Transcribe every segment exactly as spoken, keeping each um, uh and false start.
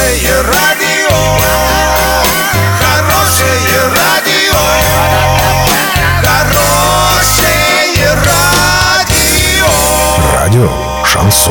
Хорошее радио, хорошее радио, хорошее радио. Радио Шансон.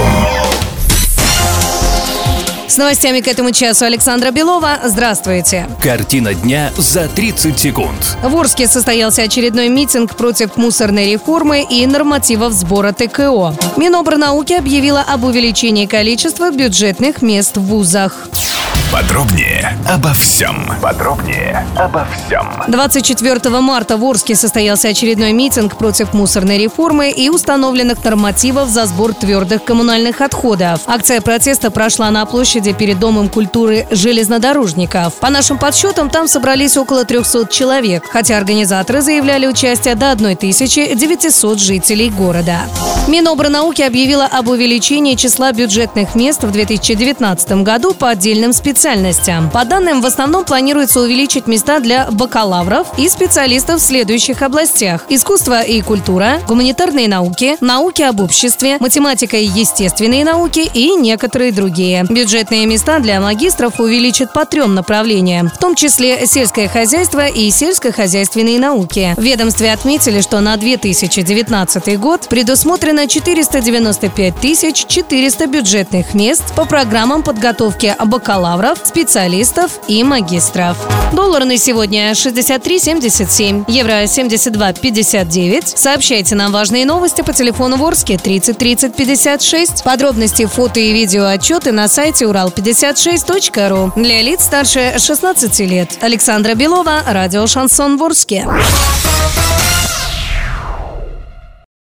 С новостями к этому часу Александра Белова. Здравствуйте. Картина дня за тридцать секунд. В Орске состоялся очередной митинг против мусорной реформы и нормативов сбора ТКО. Минобрнауки объявила об увеличении количества бюджетных мест в вузах. Подробнее обо всем. Подробнее обо всем. двадцать четвёртого марта в Орске состоялся очередной митинг против мусорной реформы и установленных нормативов за сбор твердых коммунальных отходов. Акция протеста прошла на площади перед Домом культуры железнодорожников. По нашим подсчетам, там собрались около трехсот человек, хотя организаторы заявляли участие до тысячи девятисот жителей города. Минобрнауки объявила об увеличении числа бюджетных мест в две тысячи девятнадцатом году по отдельным специальностям. По данным, в основном планируется увеличить места для бакалавров и специалистов в следующих областях: искусство и культура, гуманитарные науки, науки об обществе, математика и естественные науки и некоторые другие. Бюджетные места для магистров увеличат по трем направлениям, в том числе сельское хозяйство и сельскохозяйственные науки. В ведомстве отметили, что на две тысячи девятнадцатый год предусмотрено четыреста девяносто пять тысяч четыреста бюджетных мест по программам подготовки бакалавров, специалистов и магистров. Доллар на сегодня шестьдесят три семьдесят семь, евро семьдесят два пятьдесят девять. Сообщайте нам важные новости по телефону в Орске тридцать тридцать пятьдесят шесть. Подробности, фото и видео отчеты на сайте урал пятьдесят шесть точка ру. Для лиц старше шестнадцати лет. Александра Белова, радио Шансон в Орске.